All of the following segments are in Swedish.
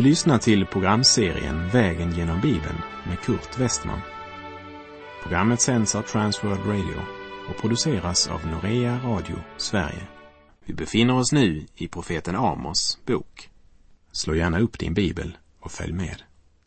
Du lyssnar till programserien Vägen genom Bibeln med Kurt Westman. Programmet sänds av Transworld Radio och produceras av Norea Radio Sverige. Vi befinner oss nu i profeten Amos bok. Slå gärna upp din bibel och följ med.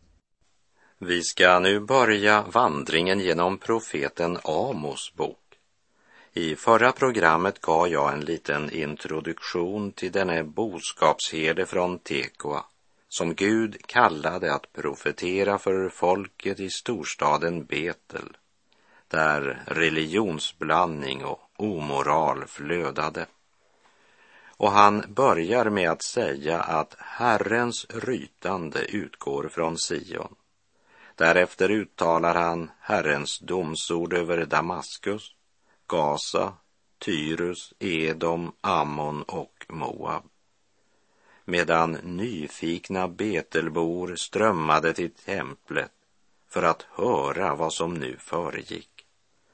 Vi ska nu börja vandringen genom profeten Amos bok. I förra programmet gav jag en liten introduktion till denne boskapsherde från Tekoa som Gud kallade att profetera för folket i storstaden Betel, där religionsblandning och omoral flödade. Och han börjar med att säga att Herrens rytande utgår från Sion. Därefter uttalar han Herrens domsord över Damaskus, Gaza, Tyrus, Edom, Ammon och Moab. Medan nyfikna Betelbor strömmade till templet för att höra vad som nu föregick.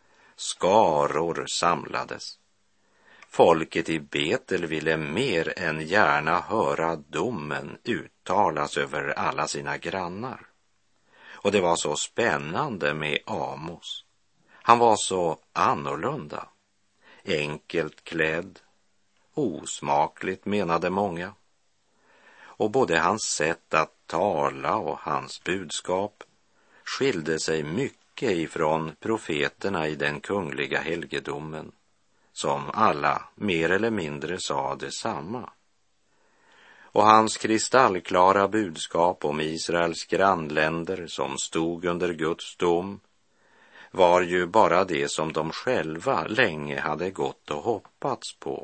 Skaror samlades. Folket i Betel ville mer än gärna höra domen uttalas över alla sina grannar. Och det var så spännande med Amos. Han var så annorlunda, enkelt klädd, osmakligt menade många. Och både hans sätt att tala och hans budskap skilde sig mycket ifrån profeterna i den kungliga helgedomen, som alla mer eller mindre sa detsamma. Och hans kristallklara budskap om Israels grannländer som stod under Guds dom var ju bara det som de själva länge hade gått och hoppats på.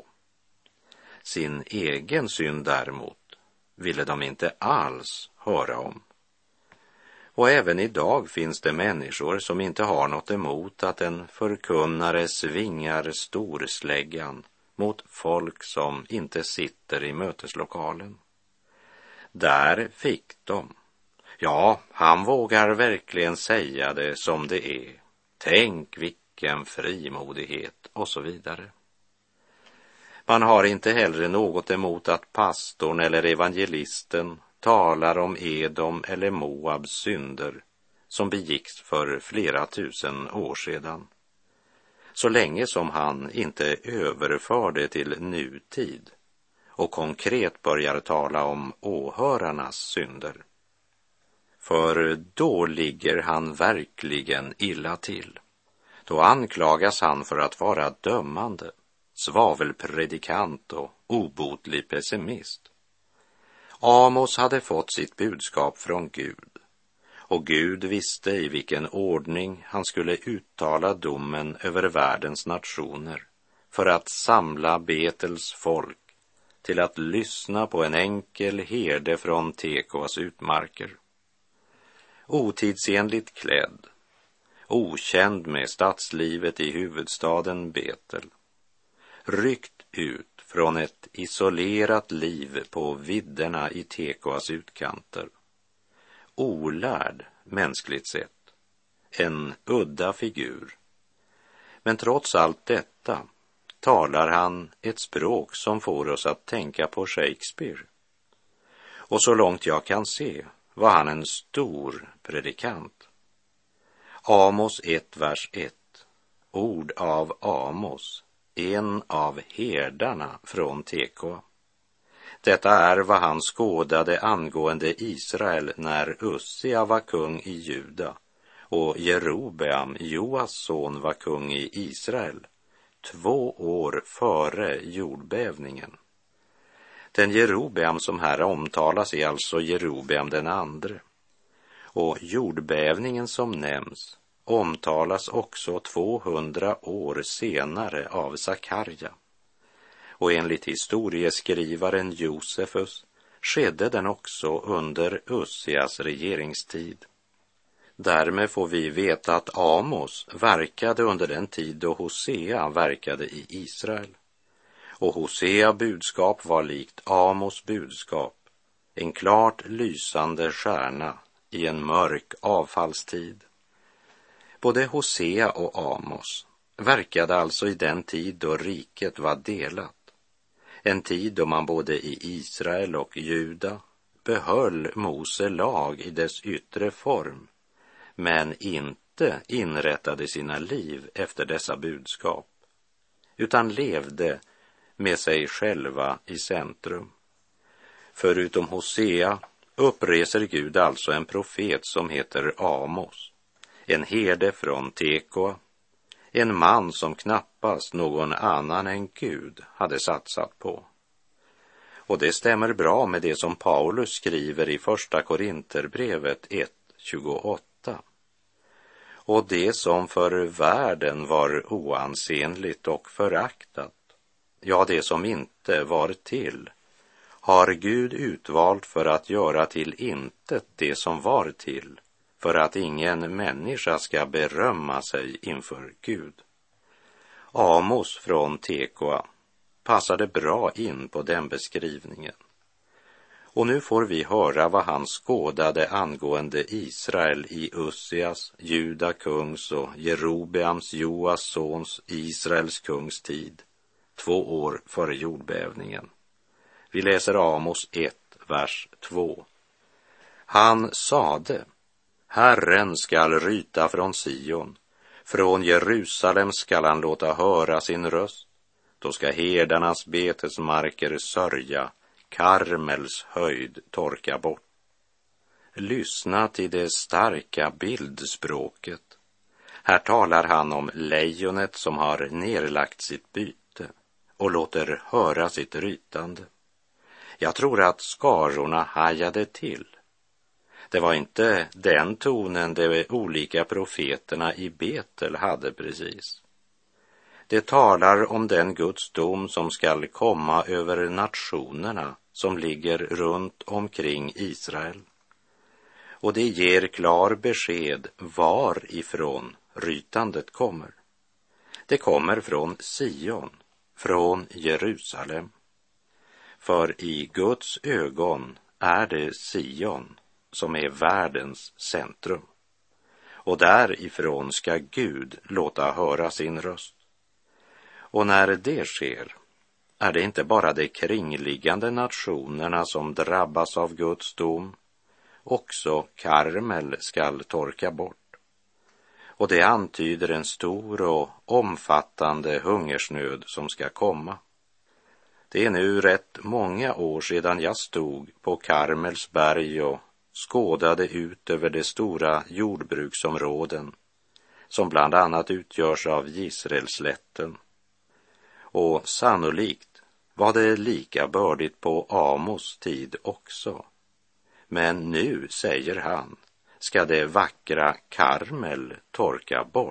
Sin egen synd däremot ville de inte alls höra om. Och även idag finns det människor som inte har något emot att en förkunnare svingar storsläggan mot folk som inte sitter i möteslokalen. Där fick de. Ja, han vågar verkligen säga det som det är. Tänk vilken frimodighet och så vidare. Man har inte heller något emot att pastorn eller evangelisten talar om Edom eller Moabs synder som begicks för flera tusen år sedan. Så länge som han inte överför det till nutid och konkret börjar tala om åhörarnas synder. För då ligger han verkligen illa till. Då anklagas han för att vara dömande, svavelpredikant och obotlig pessimist. Amos hade fått sitt budskap från Gud, och Gud visste i vilken ordning han skulle uttala domen över världens nationer för att samla Betels folk till att lyssna på en enkel herde från Tekoas utmarker. Otidsenligt klädd, okänd med stadslivet i huvudstaden Betel, ryckt ut från ett isolerat liv på vidderna i Tekoas utkanter, olärd mänskligt sett, en udda figur. Men trots allt detta talar han ett språk som får oss att tänka på Shakespeare. Och så långt jag kan se var han en stor predikant. Amos 1, vers 1. Ord av Amos, en av herdarna från Tekoa. Detta är vad han skådade angående Israel när Ussia var kung i Juda och Jerobeam, Joas son, var kung i Israel 2 år före jordbävningen. Den Jerobeam som här omtalas är alltså Jerobeam den andre. Och jordbävningen som nämns omtalas också 200 år senare av Sakarja. Och enligt historieskrivaren Josefus skedde den också under Ussias regeringstid. Därmed får vi veta att Amos verkade under den tid då Hosea verkade i Israel. Och Hosea budskap var likt Amos budskap, en klart lysande stjärna i en mörk avfallstid. Både Hosea och Amos verkade alltså i den tid då riket var delat. En tid då man både i Israel och Juda behöll Mose lag i dess yttre form, men inte inrättade sina liv efter dessa budskap, utan levde med sig själva i centrum. Förutom Hosea uppreser Gud alltså en profet som heter Amos, en herde från Tekoa, en man som knappast någon annan än Gud hade satsat på. Och det stämmer bra med det som Paulus skriver i första Korinterbrevet 1:28. Och det som för världen var oansenligt och föraktat, ja, det som inte var till, har Gud utvalt för att göra till intet det som var till, för att ingen människa ska berömma sig inför Gud. Amos från Tekoa passade bra in på den beskrivningen. Och nu får vi höra vad han skådade angående Israel i Ussias, Juda kungs och Jerobeams, Joas sons, Israels kungs tid, 2 år före jordbävningen. Vi läser Amos 1, vers 2. Han sade: Herren skall ryta från Sion, från Jerusalem skall han låta höra sin röst. Då ska herdarnas betesmarker sörja, Karmels höjd torka bort. Lyssna till det starka bildspråket. Här talar han om lejonet som har nerlagt sitt byte och låter höra sitt rytande. Jag tror att skarorna hajade till. Det var inte den tonen de olika profeterna i Betel hade precis. Det talar om den Guds dom som skall komma över nationerna som ligger runt omkring Israel. Och det ger klar besked varifrån rytandet kommer. Det kommer från Sion, från Jerusalem. För i Guds ögon är det Sion som är världens centrum. Och därifrån ska Gud låta höra sin röst. Och när det sker är det inte bara de kringliggande nationerna som drabbas av Guds dom. Också Karmel skall torka bort. Och det antyder en stor och omfattande hungersnöd som ska komma. Det är nu rätt många år sedan jag stod på Karmels berg och skådade ut över de stora jordbruksområden som bland annat utgörs av Israelslätten. Och sannolikt var det lika bördigt på Amos tid också. Men nu, säger han, ska det vackra Karmel torka bort.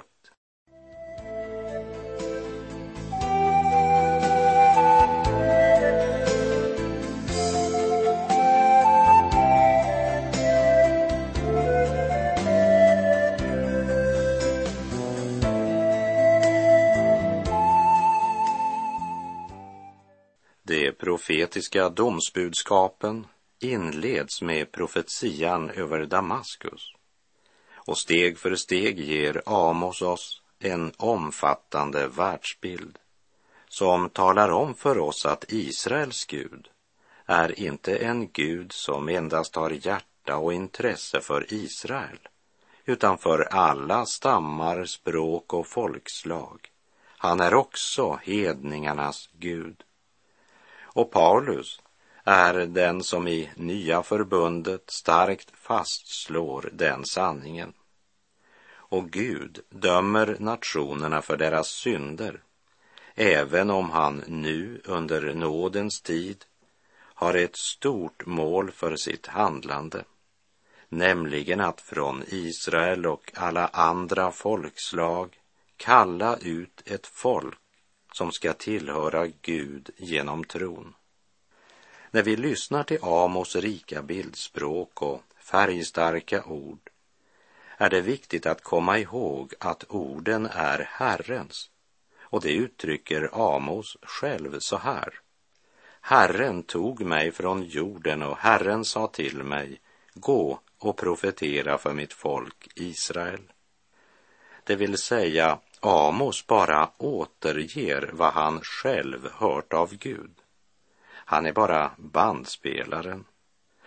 De profetiska domsbudskapen inleds med profetian över Damaskus. Och steg för steg ger Amos oss en omfattande världsbild som talar om för oss att Israels Gud är inte en Gud som endast har hjärta och intresse för Israel, utan för alla stammar, språk och folkslag. Han är också hedningarnas Gud. Och Paulus är den som i Nya förbundet starkt fastslår den sanningen. Och Gud dömer nationerna för deras synder, även om han nu under nådens tid har ett stort mål för sitt handlande, nämligen att från Israel och alla andra folkslag kalla ut ett folk som ska tillhöra Gud genom tron. När vi lyssnar till Amos rika bildspråk och färgstarka ord är det viktigt att komma ihåg att orden är Herrens, och det uttrycker Amos själv så här: Herren tog mig från jorden och Herren sa till mig, gå och profetera för mitt folk Israel. Det vill säga, Amos bara återger vad han själv hört av Gud. Han är bara bandspelaren.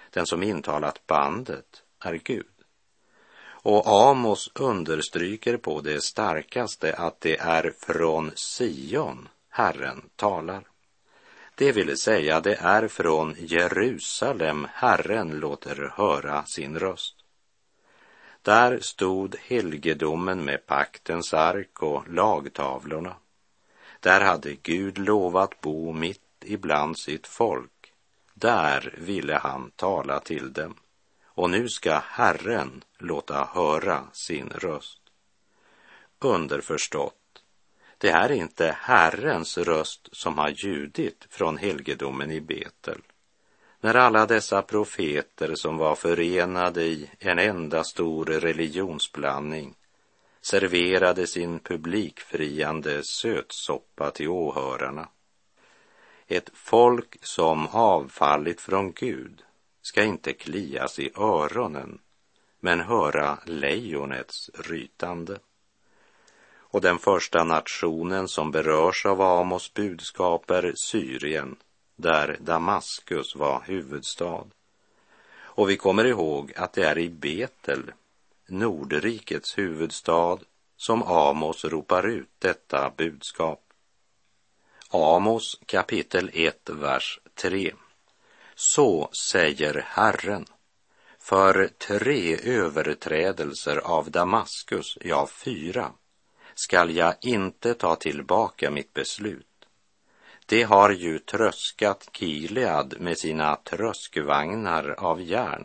Den som intalat bandet är Gud. Och Amos understryker på det starkaste att det är från Sion Herren talar. Det vill säga, det är från Jerusalem Herren låter höra sin röst. Där stod helgedomen med paktens ark och lagtavlorna. Där hade Gud lovat bo mitt ibland sitt folk. Där ville han tala till dem. Och nu ska Herren låta höra sin röst. Underförstått, det är inte Herrens röst som har ljudit från helgedomen i Betel. När alla dessa profeter som var förenade i en enda stor religionsblandning serverade sin publikfriande sötsoppa till åhörarna. Ett folk som avfallit från Gud ska inte klias i öronen, men höra lejonets rytande. Och den första nationen som berörs av Amos budskap är Syrien, där Damaskus var huvudstad. Och vi kommer ihåg att det är i Betel, Nordrikets huvudstad, som Amos ropar ut detta budskap. Amos kapitel 1, vers 3. Så säger Herren, för 3 överträdelser av Damaskus, ja 4, skall jag inte ta tillbaka mitt beslut. Det har ju tröskat Gilead med sina tröskvagnar av järn.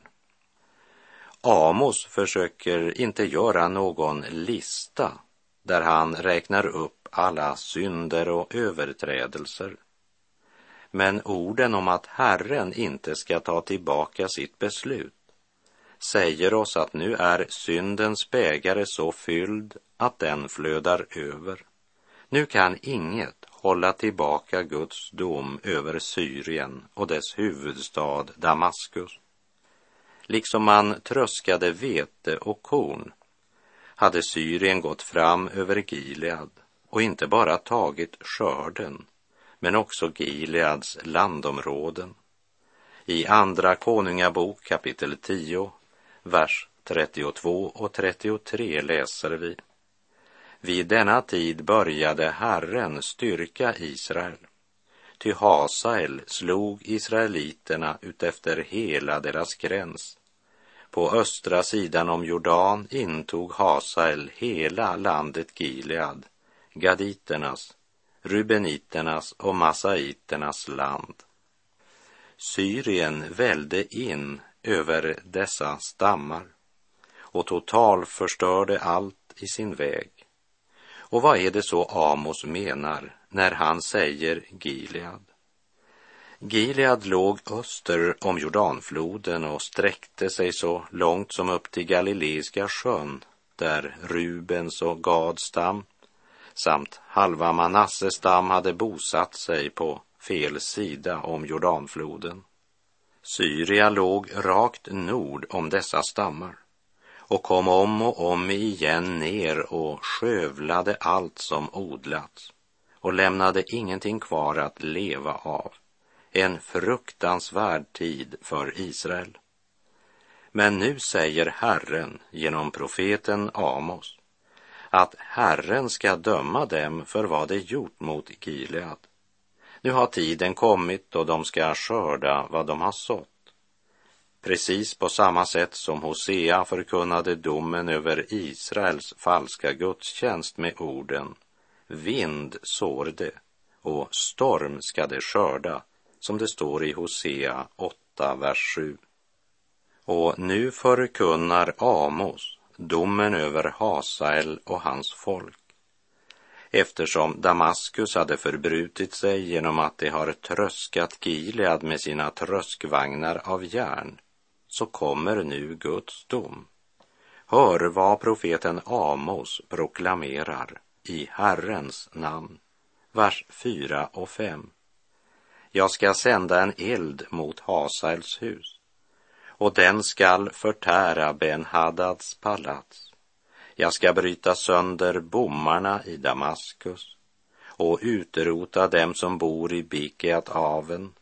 Amos försöker inte göra någon lista där han räknar upp alla synder och överträdelser. Men orden om att Herren inte ska ta tillbaka sitt beslut säger oss att nu är syndens bägare så fylld att den flödar över. Nu kan inget hålla tillbaka Guds dom över Syrien och dess huvudstad Damaskus. Liksom man tröskade vete och korn hade Syrien gått fram över Gilead och inte bara tagit skörden, men också Gileads landområden. I andra konungabok kapitel 10, vers 32 och 33 läser vi: Vid denna tid började Herren styrka Israel, ty Hasael slog israeliterna utefter hela deras gräns. På östra sidan om Jordan intog Hasael hela landet Gilead, gaditernas, rubeniternas och massaiternas land. Syrien välde in över dessa stammar och totalförstörde allt i sin väg. Och vad är det så Amos menar när han säger Gilead? Gilead låg öster om Jordanfloden och sträckte sig så långt som upp till Galileiska sjön, där Rubens och Gads stam samt halva Manasses stam hade bosatt sig på fel sida om Jordanfloden. Syria låg rakt nord om dessa stammar och kom om och om igen ner och skövlade allt som odlats och lämnade ingenting kvar att leva av. En fruktansvärd tid för Israel. Men nu säger Herren genom profeten Amos att Herren ska döma dem för vad de gjort mot Gilead. Nu har tiden kommit och de ska skörda vad de har sått. Precis på samma sätt som Hosea förkunnade domen över Israels falska gudstjänst med orden: vind sår det och storm ska det skörda, som det står i Hosea 8, vers 7. Och nu förkunnar Amos domen över Hasael och hans folk. Eftersom Damaskus hade förbrutit sig genom att de har tröskat Gilead med sina tröskvagnar av järn, så kommer nu Guds dom. Hör vad profeten Amos proklamerar i Herrens namn. Vers 4 och 5. Jag ska sända en eld mot Hasaels hus, och den skall förtära Ben-Hadads palats. Jag ska bryta sönder bommarna i Damaskus och utrota dem som bor i Bikeat-aven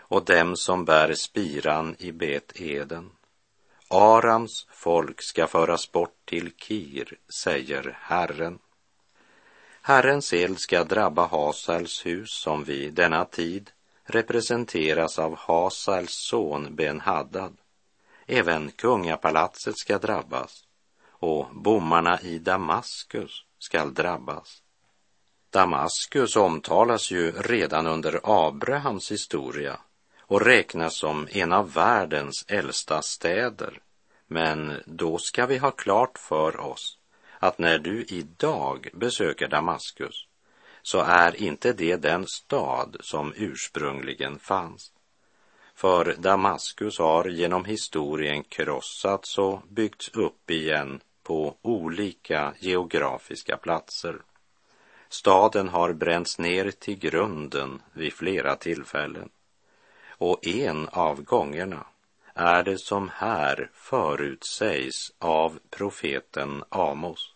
och dem som bär spiran i Bet-Eden. Arams folk ska föras bort till Kir, säger Herren. Herrens eld ska drabba Hasals hus, som vid denna tid representeras av Hasals son Ben-Hadad. Även kungapalatset ska drabbas, och bommarna i Damaskus ska drabbas. Damaskus omtalas ju redan under Abrahams historia och räknas som en av världens äldsta städer. Men då ska vi ha klart för oss att när du idag besöker Damaskus så är inte det den stad som ursprungligen fanns. För Damaskus har genom historien krossats och byggts upp igen på olika geografiska platser. Staden har bränts ner till grunden vid flera tillfällen. Och en av gångerna är det som här förutsägs av profeten Amos.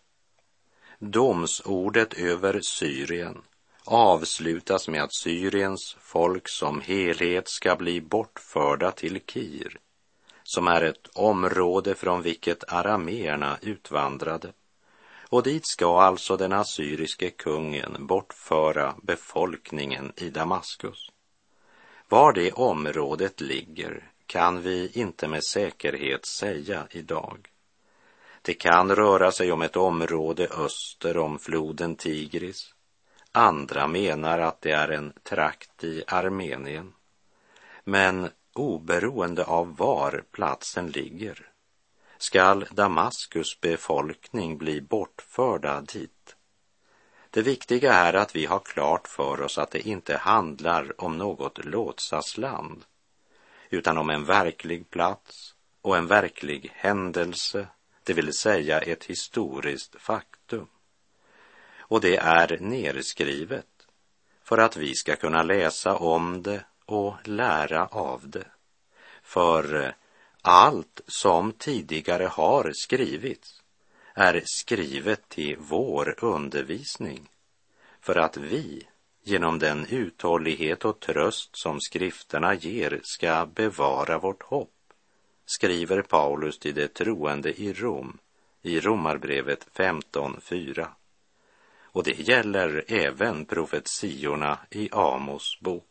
Domsordet över Syrien avslutas med att Syriens folk som helhet ska bli bortförda till Kir, som är ett område från vilket arameerna utvandrade. Och dit ska alltså den assyriske kungen bortföra befolkningen i Damaskus. Var det området ligger kan vi inte med säkerhet säga idag. Det kan röra sig om ett område öster om floden Tigris. Andra menar att det är en trakt i Armenien. Men oberoende av var platsen ligger skall Damaskus befolkning bli bortförda dit. Det viktiga är att vi har klart för oss att det inte handlar om något låtsasland, utan om en verklig plats och en verklig händelse, det vill säga ett historiskt faktum. Och det är nedskrivet för att vi ska kunna läsa om det och lära av det. För allt som tidigare har skrivits är skrivet till vår undervisning, för att vi genom den uthållighet och tröst som skrifterna ger ska bevara vårt hopp, skriver Paulus till de troende i Rom i Romarbrevet 15:4. Och det gäller även profetiorna i Amos bok.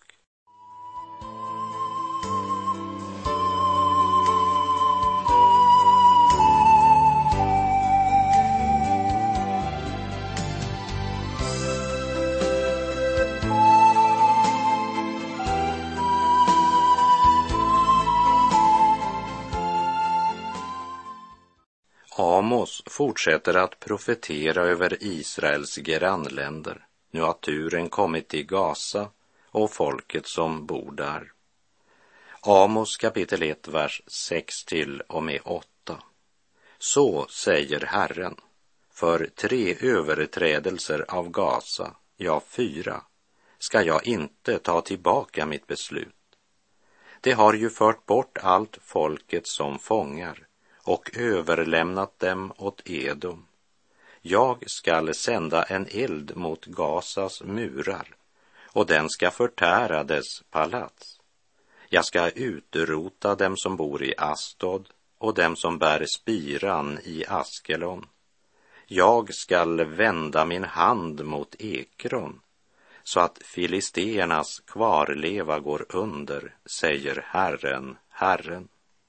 Amos fortsätter att profetera över Israels grannländer. Nu har turen kommit till Gaza och folket som bor där. Amos kapitel 1, vers 6-8. Så säger Herren, för 3 överträdelser av Gaza, ja 4, ska jag inte ta tillbaka mitt beslut. Det har ju fört bort allt folket som fångar och överlämnat dem åt Edom. Jag skall sända en eld mot Gazas murar, och den ska förtära dess palats. Jag ska utrota dem som bor i Astod och dem som bär spiran i Askelon. Jag skall vända min hand mot Ekron, så att filisteernas kvarleva går under, säger Herren, Herren.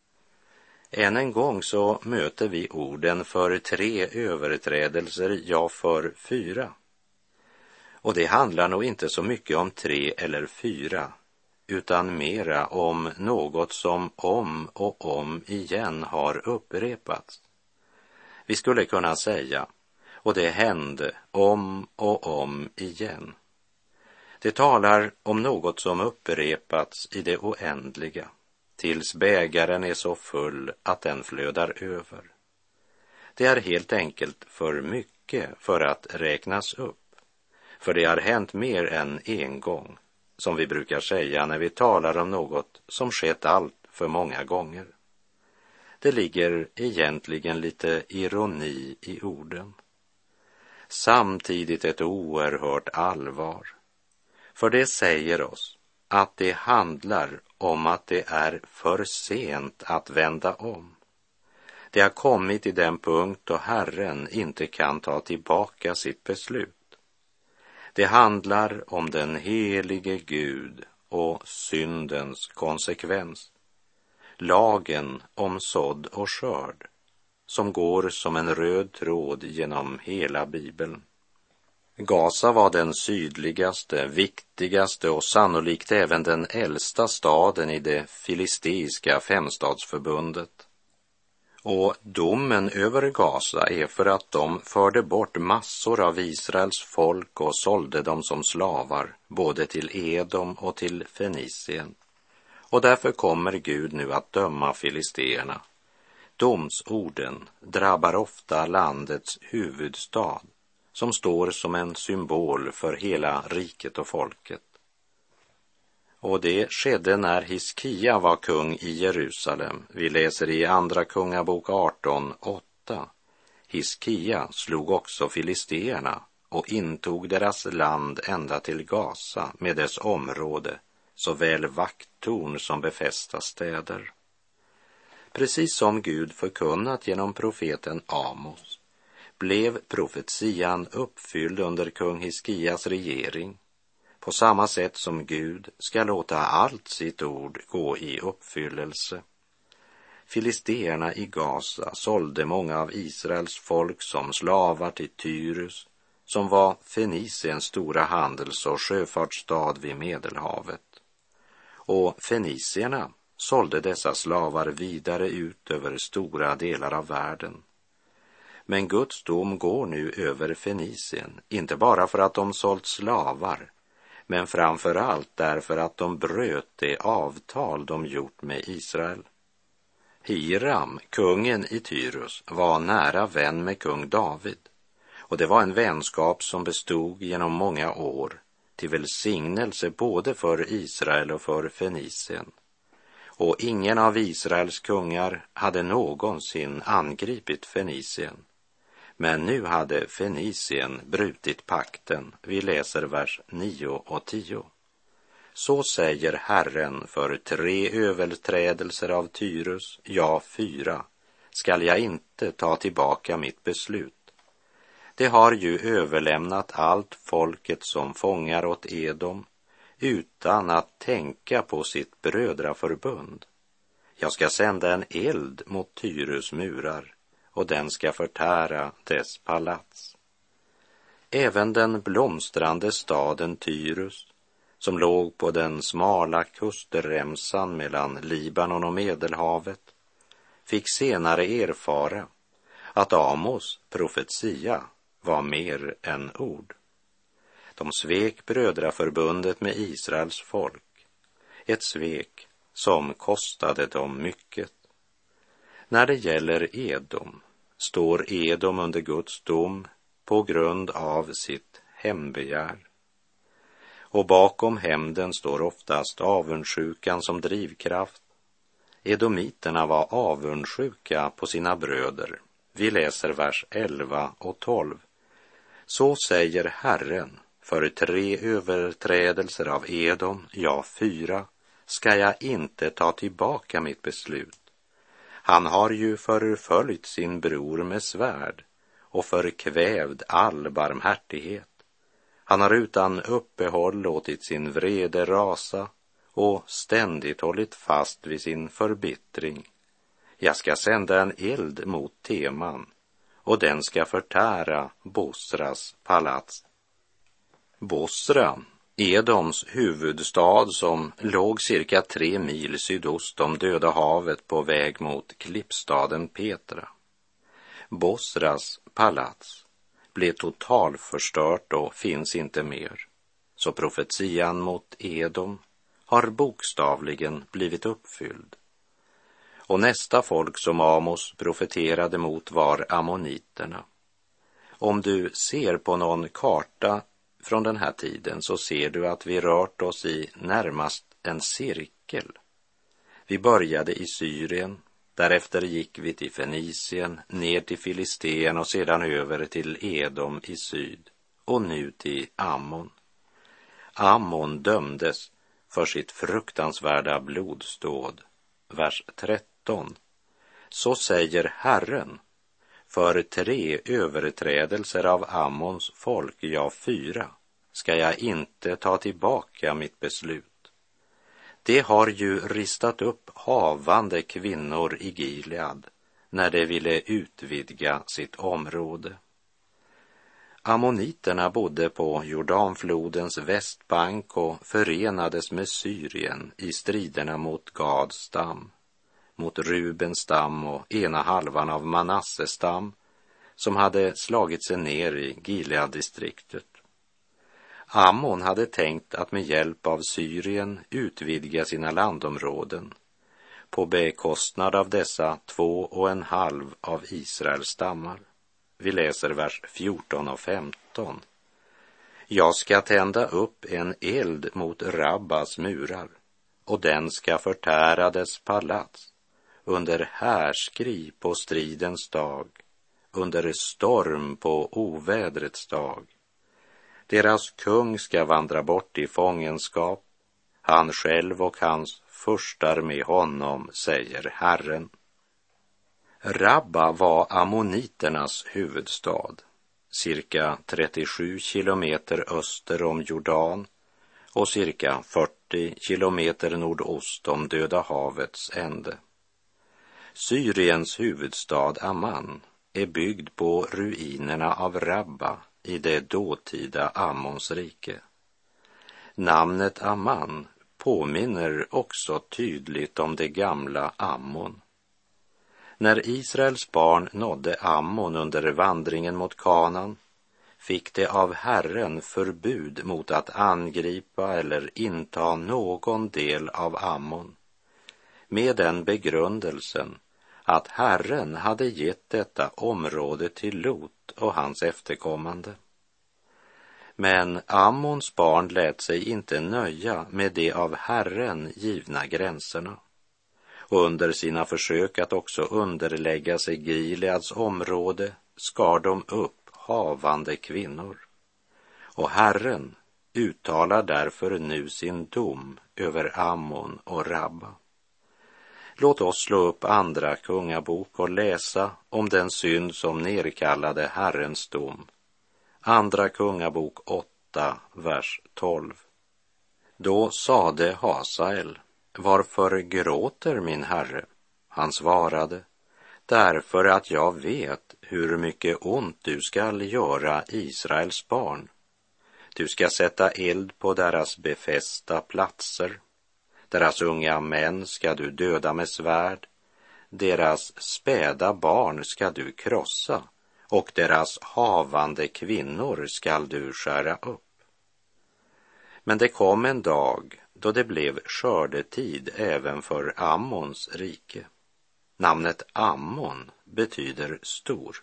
Än en gång så möter vi orden för 3 överträdelser, ja för 4. Och det handlar nog inte så mycket om 3 eller 4, utan mera om något som om och om igen har upprepats. Vi skulle kunna säga, och det hände om och om igen. Det talar om något som upprepats i det oändliga, tills bägaren är så full att den flödar över. Det är helt enkelt för mycket för att räknas upp, för det har hänt mer än en gång, som vi brukar säga när vi talar om något som skett allt för många gånger. Det ligger egentligen lite ironi i orden. Samtidigt ett oerhört allvar, för det säger oss att det handlar om att det är för sent att vända om. Det har kommit till den punkt då Herren inte kan ta tillbaka sitt beslut. Det handlar om den helige Gud och syndens konsekvens. Lagen om sådd och skörd som går som en röd tråd genom hela Bibeln. Gaza var den sydligaste, viktigaste och sannolikt även den äldsta staden i det filisteiska femstadsförbundet. Och domen över Gaza är för att de förde bort massor av Israels folk och sålde dem som slavar, både till Edom och till Fenicien. Och därför kommer Gud nu att döma filisteerna. Domsorden drabbar ofta landets huvudstad, som står som en symbol för hela riket och folket. Och det skedde när Hiskia var kung i Jerusalem. Vi läser i Andra Kungabok 18:8. Hiskia slog också filisteerna och intog deras land ända till Gaza med dess område, såväl vakttorn som befästa städer. Precis som Gud förkunnat genom profeten Amos blev profetian uppfylld under kung Hiskias regering, på samma sätt som Gud ska låta allt sitt ord gå i uppfyllelse. Filisteerna i Gaza sålde många av Israels folk som slavar till Tyrus, som var Feniciens stora handels- och sjöfartsstad vid Medelhavet. Och fenicierna sålde dessa slavar vidare ut över stora delar av världen. Men Guds dom går nu över Fenicien, inte bara för att de sålt slavar, men framför allt därför att de bröt det avtal de gjort med Israel. Hiram, kungen i Tyrus, var nära vän med kung David, och det var en vänskap som bestod genom många år, till välsignelse både för Israel och för Fenicien. Och ingen av Israels kungar hade någonsin angripit Fenicien. Men nu hade Fenicien brutit pakten. Vi läser vers 9 och 10. Så säger Herren, för 3 överträdelser av Tyrus, ja 4, skall jag inte ta tillbaka mitt beslut. Det har ju överlämnat allt folket som fångar åt Edom, utan att tänka på sitt brödraförbund. Jag ska sända en eld mot Tyrus murar, och den ska förtära dess palats. Även den blomstrande staden Tyrus, som låg på den smala kustremsan mellan Libanon och Medelhavet, fick senare erfara att Amos profetia var mer än ord. De svek brödraförbundet med Israels folk, ett svek som kostade dem mycket. När det gäller Edom står Edom under Guds dom på grund av sitt hämndbegär. Och bakom hämnden står oftast avundsjukan som drivkraft. Edomiterna var avundsjuka på sina bröder. Vi läser vers 11 och 12. Så säger Herren, för 3 överträdelser av Edom, ja 4, ska jag inte ta tillbaka mitt beslut. Han har ju förföljt sin bror med svärd och förkvävd all barmhärtighet. Han har utan uppehåll låtit sin vrede rasa och ständigt hållit fast vid sin förbittring. Jag ska sända en eld mot Teman, och den ska förtära Bosras palats. Bosra, Edoms huvudstad, som låg cirka 3 mil sydost om Döda havet på väg mot klippstaden Petra. Bosras palats blev totalförstört och finns inte mer. Så profetian mot Edom har bokstavligen blivit uppfylld. Och nästa folk som Amos profeterade mot var ammoniterna. Om du ser på någon karta från den här tiden så ser du att vi rört oss i närmast en cirkel. Vi började i Syrien, därefter gick vi till Fenicien, ner till Filisteen och sedan över till Edom i syd och nu till Ammon. Ammon dömdes för sitt fruktansvärda blodsdåd. Vers 13. Så säger Herren, för 3 överträdelser av Ammons folk, ja 4, ska jag inte ta tillbaka mitt beslut. Det har ju ristat upp havande kvinnor i Gilead när de ville utvidga sitt område. Ammoniterna bodde på Jordanflodens västbank och förenades med Syrien i striderna mot Gads stam, mot Rubens stam och ena halvan av Manasses stam som hade slagit sig ner i Gilead-distriktet. Ammon hade tänkt att med hjälp av Syrien utvidga sina landområden på bekostnad av dessa 2,5 av Israels stammar. Vi läser vers 14 och 15. Jag ska tända upp en eld mot Rabbas murar, och den ska förtära dess palats under härskri på stridens dag, under storm på ovädrets dag. Deras kung ska vandra bort i fångenskap, han själv och hans furstar med honom, säger Herren. Rabba var ammoniternas huvudstad, cirka 37 kilometer öster om Jordan och cirka 40 kilometer nordost om Döda havets ände. Syriens huvudstad Amman är byggd på ruinerna av Rabba i det dåtida Ammons rike. Namnet Amman påminner också tydligt om det gamla Ammon. När Israels barn nådde Ammon under vandringen mot Kanan fick de av Herren förbud mot att angripa eller inta någon del av Ammon, med den begrundelsen att Herren hade gett detta område till Lot och hans efterkommande. Men Ammons barn lät sig inte nöja med de av Herren givna gränserna. Och under sina försök att också underlägga sig Gileads område skar de upp havande kvinnor. Och Herren uttalar därför nu sin dom över Ammon och Rabba. Låt oss slå upp Andra kungabok och läsa om den synd som nerkallade Herrens dom. Andra kungabok 8, vers 12. Då sade Hasael: varför gråter min herre? Han svarade: därför att jag vet hur mycket ont du skall göra Israels barn. Du ska sätta eld på deras befästa platser. Deras unga män ska du döda med svärd. Deras späda barn ska du krossa, och deras havande kvinnor ska du skära upp. Men det kom en dag då det blev skördetid även för Ammons rike. Namnet Ammon betyder stor.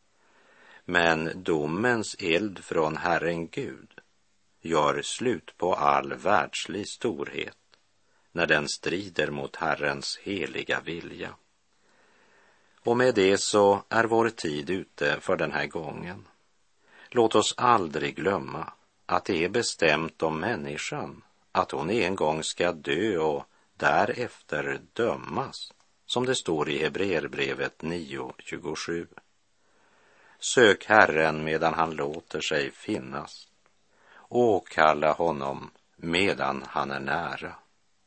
Men domens eld från Herren Gud gör slut på all världslig storhet när den strider mot Herrens heliga vilja. Och med det så är vår tid ute för den här gången. Låt oss aldrig glömma att det är bestämt om människan att hon en gång ska dö och därefter dömas, som det står i Hebreerbrevet 9:27. Sök Herren medan han låter sig finnas, åkalla honom medan han är nära.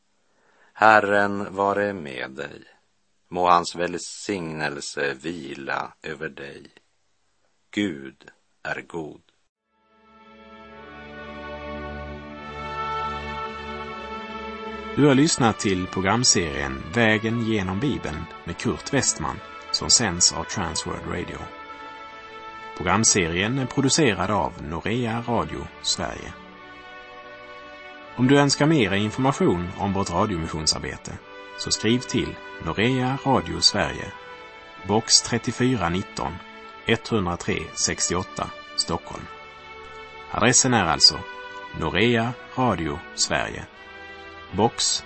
Herren vare med dig, må hans välsignelse vila över dig. Gud är god. Du har lyssnat till programserien Vägen genom Bibeln med Kurt Westman som sänds av Transworld Radio. Programserien är producerad av Norea Radio Sverige. Om du önskar mer information om vårt radiomissionsarbete så skriv till Norea Radio Sverige, box 3419 103 68 Stockholm. Adressen är alltså Norea Radio Sverige, box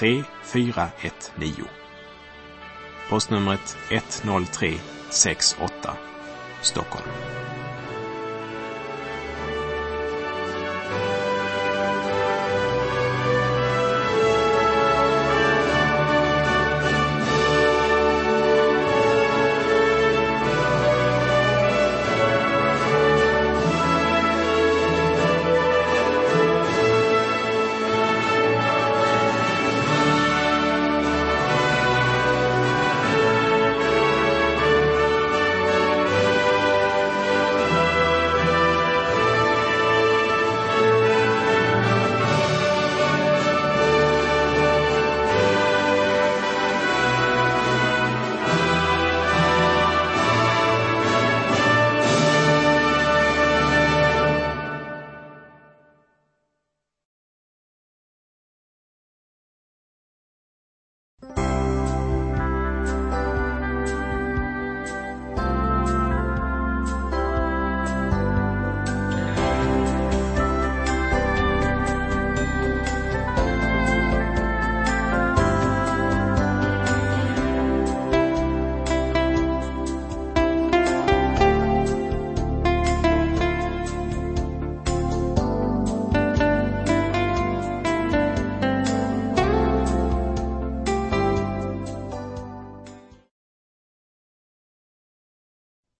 3419. Postnumret 10368 Stockholm.